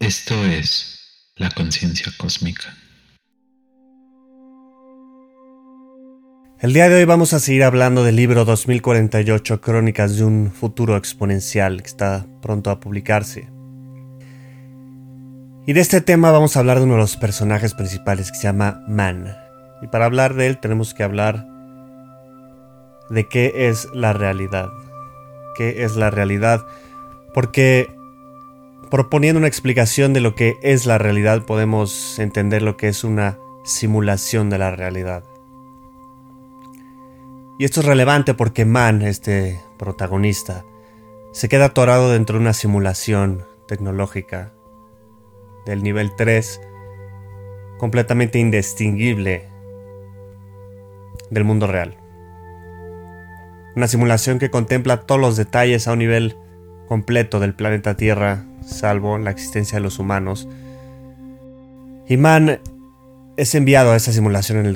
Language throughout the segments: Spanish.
Esto es la conciencia cósmica. El día de hoy vamos a seguir hablando del libro 2048, Crónicas de un futuro exponencial, que está pronto a publicarse. Y de este tema vamos a hablar de uno de los personajes principales que se llama Man. Y para hablar de él tenemos que hablar de qué es la realidad. ¿Qué es la realidad? Porque proponiendo una explicación de lo que es la realidad podemos entender lo que es una simulación de la realidad. Y esto es relevante porque Man, este protagonista, se queda atorado dentro de una simulación tecnológica del nivel 3, completamente indistinguible del mundo real. Una simulación que contempla todos los detalles a un nivel completo del planeta Tierra, salvo la existencia de los humanos. Y Man es enviado a esa simulación en el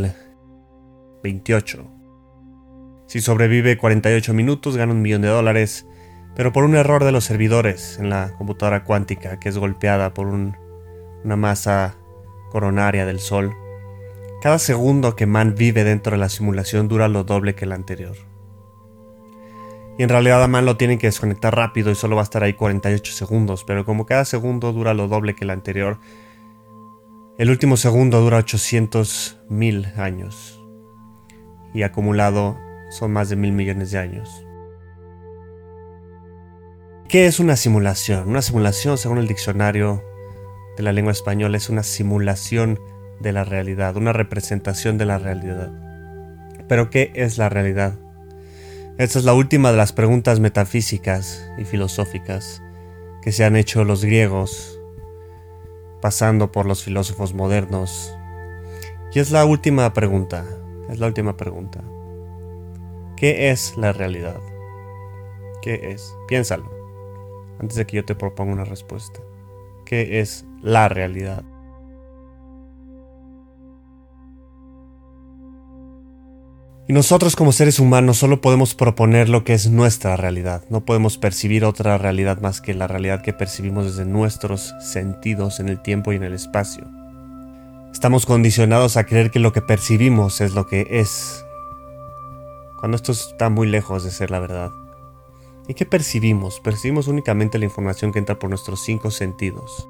2028. Si sobrevive 48 minutos, gana $1 millón, pero por un error de los servidores en la computadora cuántica, que es golpeada por una masa coronaria del Sol, cada segundo que Man vive dentro de la simulación dura lo doble que el anterior. Y en realidad a Man lo tienen que desconectar rápido y solo va a estar ahí 48 segundos, pero como cada segundo dura lo doble que el anterior, el último segundo dura 800,000 años. Y acumulado son más de 1,000 millones de años. ¿Qué es una simulación? Una simulación, según el diccionario de la lengua española, es una simulación de la realidad, una representación de la realidad. ¿Pero qué es la realidad? Esta es la última de las preguntas metafísicas y filosóficas que se han hecho los griegos, pasando por los filósofos modernos. Y es la última pregunta. ¿Qué es la realidad? ¿Qué es? Piénsalo, antes de que yo te proponga una respuesta. ¿Qué es la realidad? Y nosotros como seres humanos solo podemos proponer lo que es nuestra realidad. No podemos percibir otra realidad más que la realidad que percibimos desde nuestros sentidos en el tiempo y en el espacio. Estamos condicionados a creer que lo que percibimos es lo que es, cuando esto está muy lejos de ser la verdad. ¿Y qué percibimos? Percibimos únicamente la información que entra por nuestros 5 sentidos.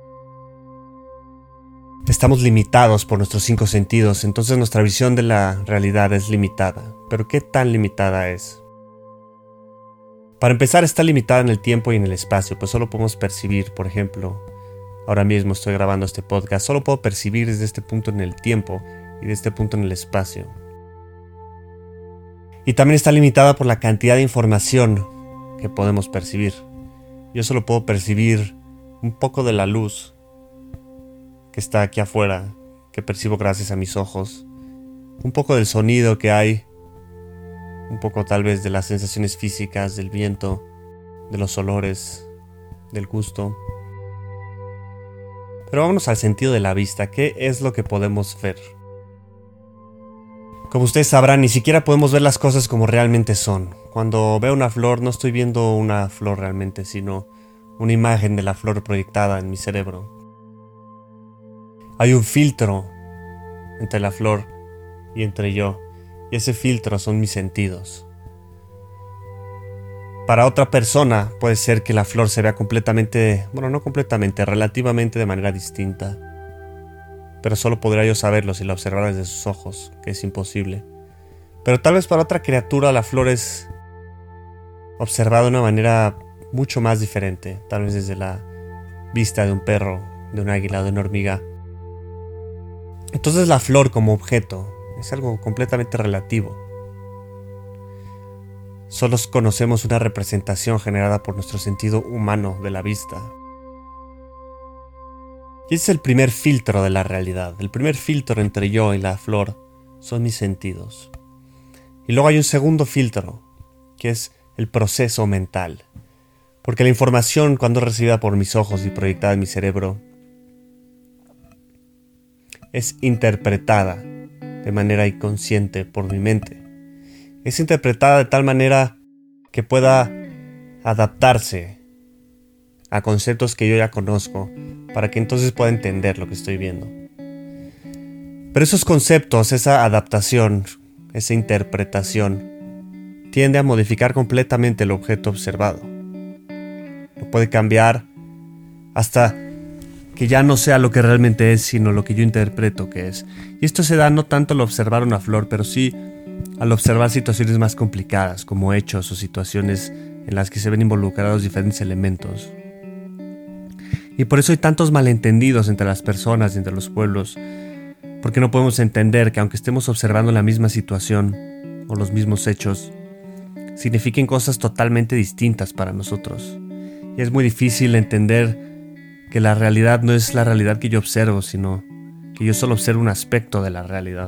Estamos limitados por nuestros 5 sentidos, entonces nuestra visión de la realidad es limitada. ¿Pero qué tan limitada es? Para empezar, está limitada en el tiempo y en el espacio, pues solo podemos percibir, por ejemplo, ahora mismo estoy grabando este podcast, solo puedo percibir desde este punto en el tiempo y de este punto en el espacio. Y también está limitada por la cantidad de información que podemos percibir. Yo solo puedo percibir un poco de la luz que está aquí afuera, que percibo gracias a mis ojos, un poco del sonido que hay, un poco tal vez de las sensaciones físicas, del viento, de los olores, del gusto. Pero vámonos al sentido de la vista. ¿Qué es lo que podemos ver? Como ustedes sabrán, ni siquiera podemos ver las cosas como realmente son. Cuando veo una flor, no estoy viendo una flor realmente, sino una imagen de la flor proyectada en mi cerebro. Hay un filtro entre la flor y entre yo, y ese filtro son mis sentidos. Para otra persona puede ser que la flor se vea completamente, no completamente, relativamente de manera distinta. Pero solo podría yo saberlo si la observara desde sus ojos, que es imposible. Pero tal vez para otra criatura la flor es observada de una manera mucho más diferente, tal vez desde la vista de un perro, de un águila, de una hormiga. Entonces la flor como objeto es algo completamente relativo. Solo conocemos una representación generada por nuestro sentido humano de la vista. Y ese es el primer filtro de la realidad. El primer filtro entre yo y la flor son mis sentidos. Y luego hay un segundo filtro, que es el proceso mental. Porque la información, cuando es recibida por mis ojos y proyectada en mi cerebro, es interpretada de manera inconsciente por mi mente. Es interpretada de tal manera que pueda adaptarse a conceptos que yo ya conozco, para que entonces pueda entender lo que estoy viendo. Pero esos conceptos, esa adaptación, esa interpretación, tiende a modificar completamente el objeto observado. Lo puede cambiar hasta que ya no sea lo que realmente es, sino lo que yo interpreto que es. Y esto se da no tanto al observar una flor, pero sí al observar situaciones más complicadas, como hechos o situaciones en las que se ven involucrados diferentes elementos. Y por eso hay tantos malentendidos entre las personas y entre los pueblos, porque no podemos entender que aunque estemos observando la misma situación o los mismos hechos, signifiquen cosas totalmente distintas para nosotros. Y es muy difícil entender que la realidad no es la realidad que yo observo, sino que yo solo observo un aspecto de la realidad.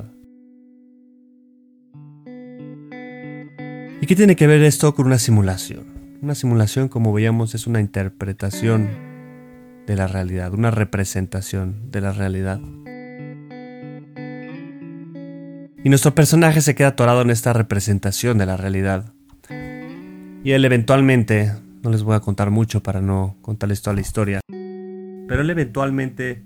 ¿Y qué tiene que ver esto con una simulación? Una simulación, como veíamos, es una interpretación de la realidad, una representación de la realidad. Y nuestro personaje se queda atorado en esta representación de la realidad. Y él eventualmente, no les voy a contar mucho para no contarles toda la historia, pero él eventualmente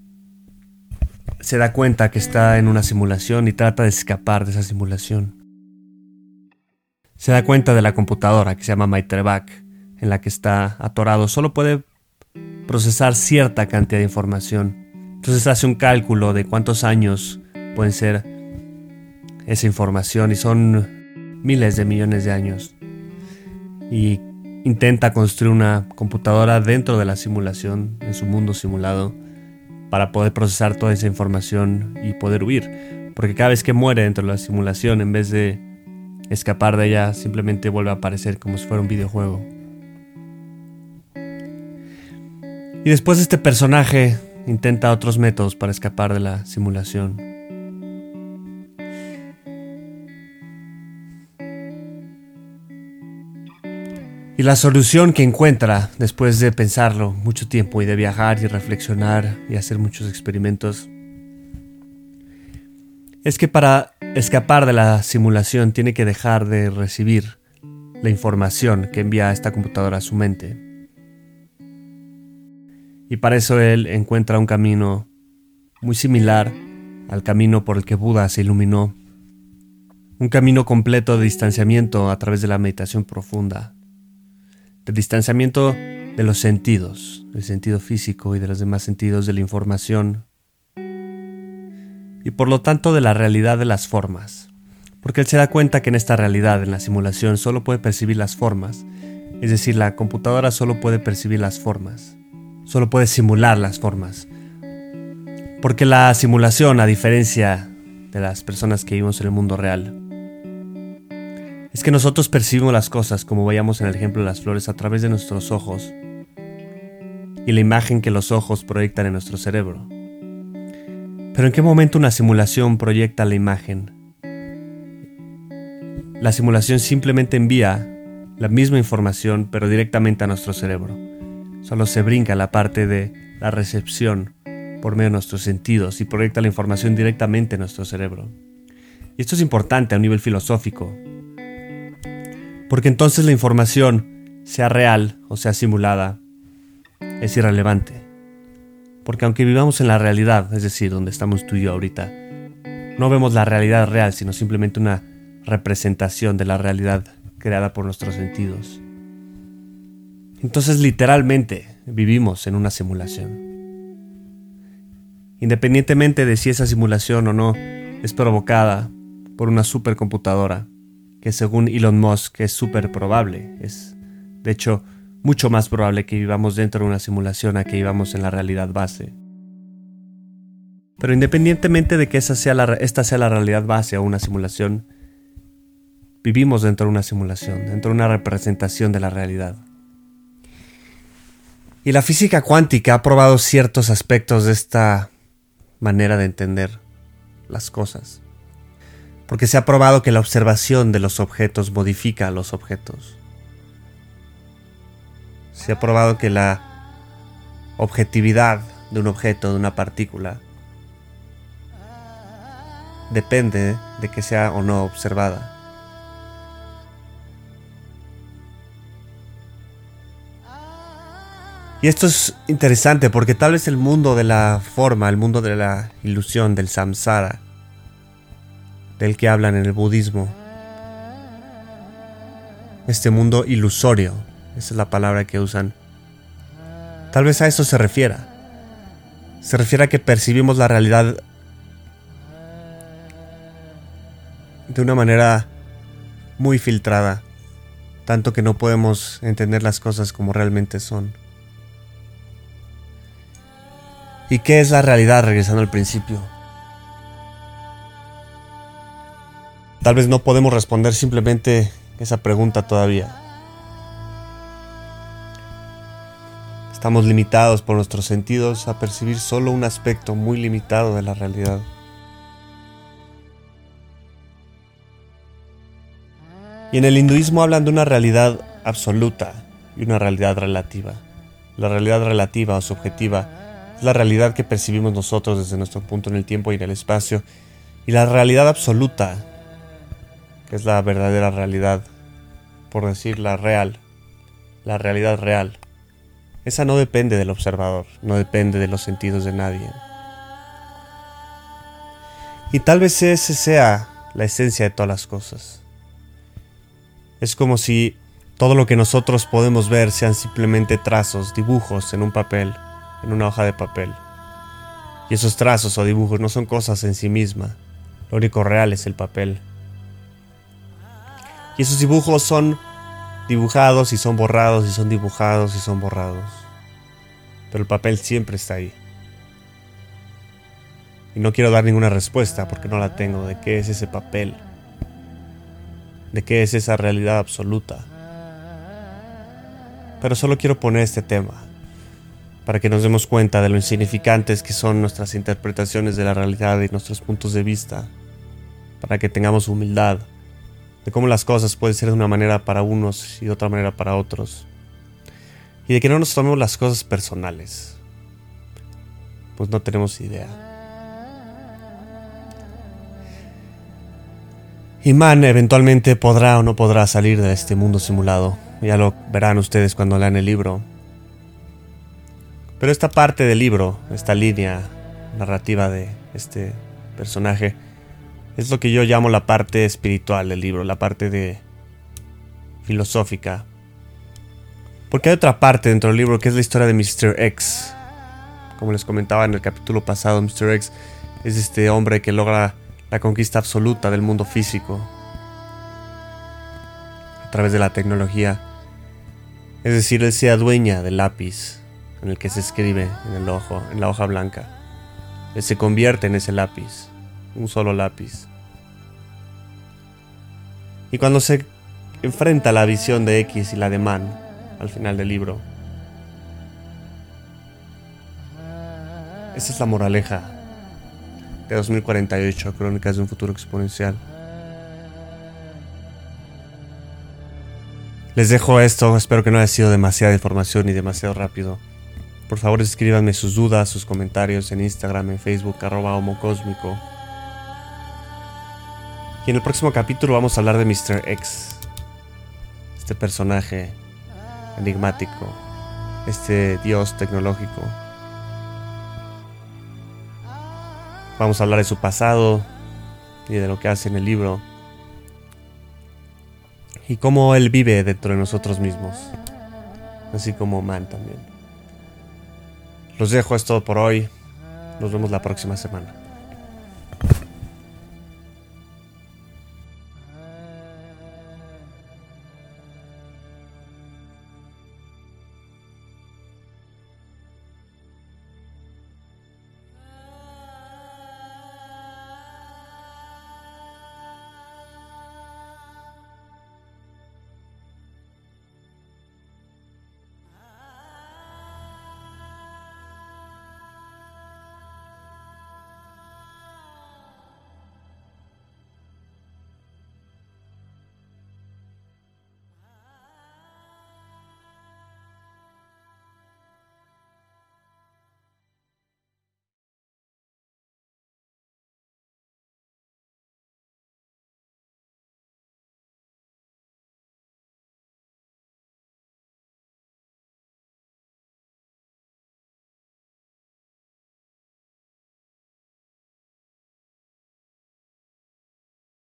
se da cuenta que está en una simulación y trata de escapar de esa simulación. Se da cuenta de la computadora que se llama Maitrevac, en la que está atorado. Solo puede procesar cierta cantidad de información. Entonces hace un cálculo de cuántos años pueden ser esa información, y son miles de millones de años. Y intenta construir una computadora dentro de la simulación, en su mundo simulado, para poder procesar toda esa información y poder huir. Porque cada vez que muere dentro de la simulación, en vez de escapar de ella, simplemente vuelve a aparecer como si fuera un videojuego. Y después este personaje intenta otros métodos para escapar de la simulación. Y la solución que encuentra, después de pensarlo mucho tiempo y de viajar y reflexionar y hacer muchos experimentos, es que para escapar de la simulación tiene que dejar de recibir la información que envía esta computadora a su mente. Y para eso él encuentra un camino muy similar al camino por el que Buda se iluminó. Un camino completo de distanciamiento a través de la meditación profunda. De distanciamiento de los sentidos, del sentido físico y de los demás sentidos, de la información, y por lo tanto de la realidad de las formas. Porque él se da cuenta que en esta realidad, en la simulación, solo puede percibir las formas. Es decir, la computadora solo puede percibir las formas. Solo puede simular las formas. Porque la simulación, a diferencia de las personas que vivimos en el mundo real, es que nosotros percibimos las cosas, como veíamos en el ejemplo de las flores, a través de nuestros ojos y la imagen que los ojos proyectan en nuestro cerebro. Pero ¿en qué momento una simulación proyecta la imagen? La simulación simplemente envía la misma información, pero directamente a nuestro cerebro. Solo se brinca la parte de la recepción por medio de nuestros sentidos y proyecta la información directamente en nuestro cerebro. Y esto es importante a un nivel filosófico, porque entonces la información, sea real o sea simulada, es irrelevante. Porque aunque vivamos en la realidad, es decir, donde estamos tú y yo ahorita, no vemos la realidad real, sino simplemente una representación de la realidad creada por nuestros sentidos. Entonces, literalmente, vivimos en una simulación. Independientemente de si esa simulación o no es provocada por una supercomputadora, que según Elon Musk es súper probable. Es, de hecho, mucho más probable que vivamos dentro de una simulación a que vivamos en la realidad base. Pero independientemente de que esta sea la realidad base o una simulación, vivimos dentro de una simulación, dentro de una representación de la realidad. Y la física cuántica ha probado ciertos aspectos de esta manera de entender las cosas. Porque se ha probado que la observación de los objetos modifica a los objetos. Se ha probado que la objetividad de un objeto, de una partícula, depende de que sea o no observada. Y esto es interesante porque tal vez el mundo de la forma, el mundo de la ilusión, del samsara, del que hablan en el budismo, este mundo ilusorio, esa es la palabra que usan, tal vez a eso se refiera. Se refiere a que percibimos la realidad de una manera muy filtrada, tanto que no podemos entender las cosas como realmente son. ¿Y qué es la realidad? Regresando al principio. Tal vez no podemos responder simplemente esa pregunta todavía. Estamos limitados por nuestros sentidos a percibir solo un aspecto muy limitado de la realidad. Y en el hinduismo hablan de una realidad absoluta y una realidad relativa. La realidad relativa o subjetiva es la realidad que percibimos nosotros desde nuestro punto en el tiempo y en el espacio. Y la realidad absoluta, que es la verdadera realidad, por decir la real, la realidad real, esa no depende del observador, no depende de los sentidos de nadie. Y tal vez esa sea la esencia de todas las cosas. Es como si todo lo que nosotros podemos ver sean simplemente trazos, dibujos en un papel, en una hoja de papel. Y esos trazos o dibujos no son cosas en sí mismas. Lo único real es el papel. Y esos dibujos son dibujados y son borrados y son dibujados y son borrados. Pero el papel siempre está ahí. Y no quiero dar ninguna respuesta porque no la tengo de qué es ese papel. De qué es esa realidad absoluta. Pero solo quiero poner este tema para que nos demos cuenta de lo insignificantes que son nuestras interpretaciones de la realidad y nuestros puntos de vista. Para que tengamos humildad de cómo las cosas pueden ser de una manera para unos y de otra manera para otros. Y de que no nos tomemos las cosas personales, pues no tenemos idea. Y Man eventualmente podrá o no podrá salir de este mundo simulado. Ya lo verán ustedes cuando lean el libro. Pero esta parte del libro, esta línea narrativa de este personaje, es lo que yo llamo la parte espiritual del libro, la parte de filosófica. Porque hay otra parte dentro del libro que es la historia de Mr. X. Como les comentaba en el capítulo pasado, Mr. X es este hombre que logra la conquista absoluta del mundo físico a través de la tecnología. Es decir, él se adueña del lápiz en el que se escribe en la hoja blanca. Él se convierte en ese lápiz, un solo lápiz. Y cuando se enfrenta a la visión de X y la de Man al final del libro, esa es la moraleja de 2048, Crónicas de un futuro exponencial. Les dejo esto, espero que no haya sido demasiada información y demasiado rápido. Por favor, escríbanme sus dudas, sus comentarios en Instagram, en Facebook, @homocósmico. Y en el próximo capítulo vamos a hablar de Mr. X, este personaje enigmático, este dios tecnológico. Vamos a hablar de su pasado y de lo que hace en el libro y cómo él vive dentro de nosotros mismos, así como Man también. Los dejo, es todo por hoy. Nos vemos la próxima semana.